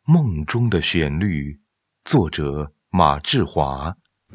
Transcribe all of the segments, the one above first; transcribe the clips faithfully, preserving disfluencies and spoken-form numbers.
梦中的旋律，作者马志华。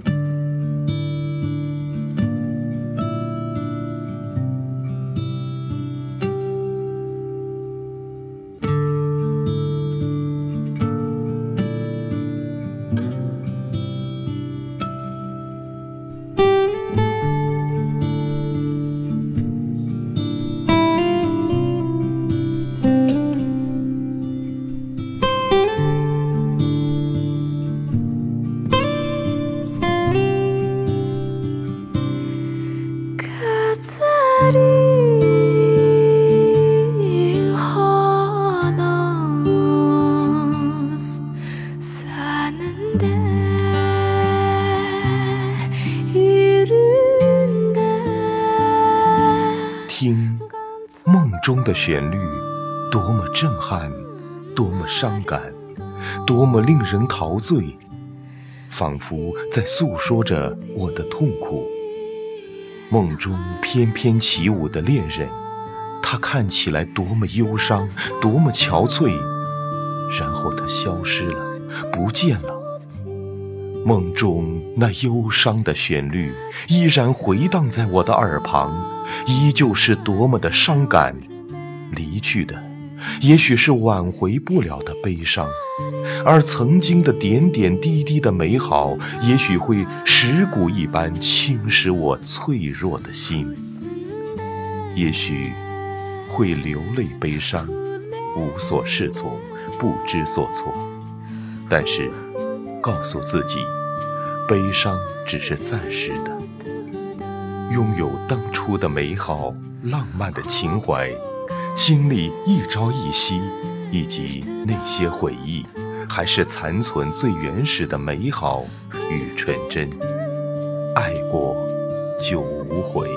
听梦中的旋律，多么震撼，多么伤感，多么令人陶醉，仿佛在诉说着我的痛苦。梦中翩翩起舞的恋人，他看起来多么忧伤，多么憔悴，然后他消失了，不见了。梦中那忧伤的旋律依然回荡在我的耳旁，依旧是多么的伤感。离去的也许是挽回不了的悲伤，而曾经的点点滴滴的美好，也许会蚀骨一般侵蚀我脆弱的心，也许会流泪悲伤，无所适从，不知所措。但是告诉自己，悲伤只是暂时的，拥有当初的美好浪漫的情怀，经历一朝一夕，以及那些回忆，还是残存最原始的美好与纯真。爱过就无悔。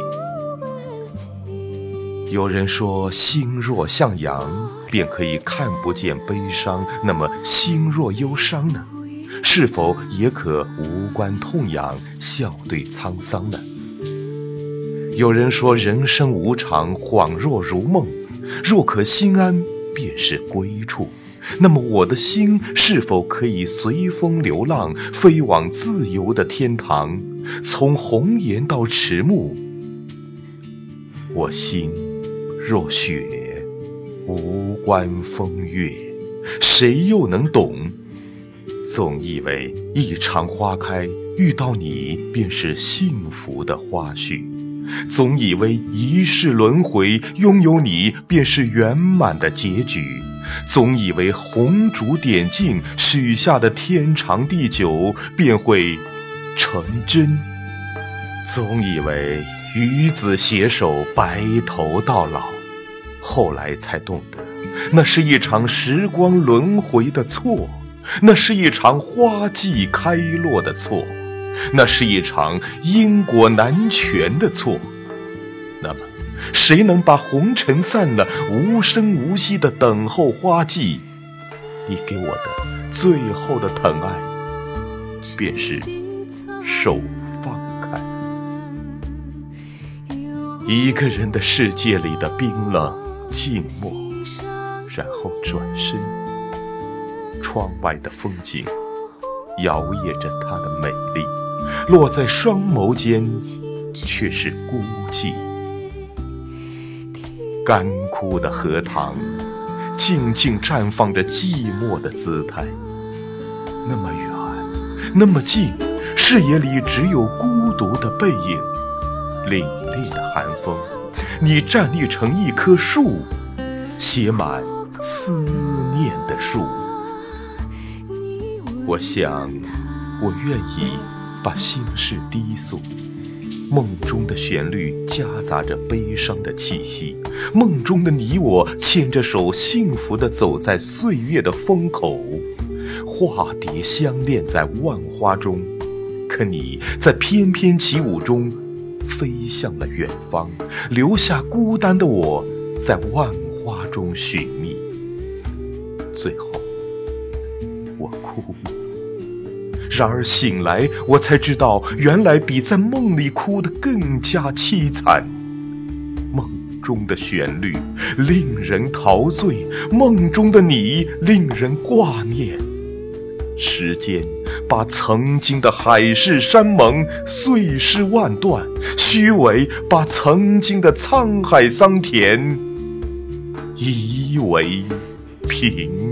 有人说，心若向阳，便可以看不见悲伤，那么心若忧伤呢？是否也可无关痛痒，笑对沧桑呢？有人说，人生无常，恍若如梦，若可心安，便是归处。那么我的心是否可以随风流浪，飞往自由的天堂？从红颜到迟暮，我心若雪，无关风月，谁又能懂？总以为一场花开，遇到你便是幸福的花絮，总以为一世轮回，拥有你便是圆满的结局，总以为红烛点尽，许下的天长地久便会成真，总以为与子携手，白头到老，后来才懂得，那是一场时光轮回的错，那是一场花季开落的错，那是一场因果难全的错。那么谁能把红尘散了，无声无息地等候花季？你给我的最后的疼爱，便是手放开。一个人的世界里的冰冷静默，然后转身，窗外的风景摇曳着它的美丽，落在双眸间却是孤寂。干枯的荷塘静静绽放着寂寞的姿态，那么远，那么近，视野里只有孤独的背影，凛冽的寒风，你站立成一棵树，写满思念的树。我想，我愿意把心事低诉，梦中的旋律夹杂着悲伤的气息，梦中的你我牵着手，幸福地走在岁月的风口，化蝶相恋在万花中，可你在翩翩起舞中飞向了远方，留下孤单的我在万花中寻觅。最后我哭了，然而醒来，我才知道，原来比在梦里哭得更加凄惨。梦中的旋律，令人陶醉，梦中的你令人挂念。时间把曾经的海誓山盟碎尸万段，虚伪把曾经的沧海桑田夷为平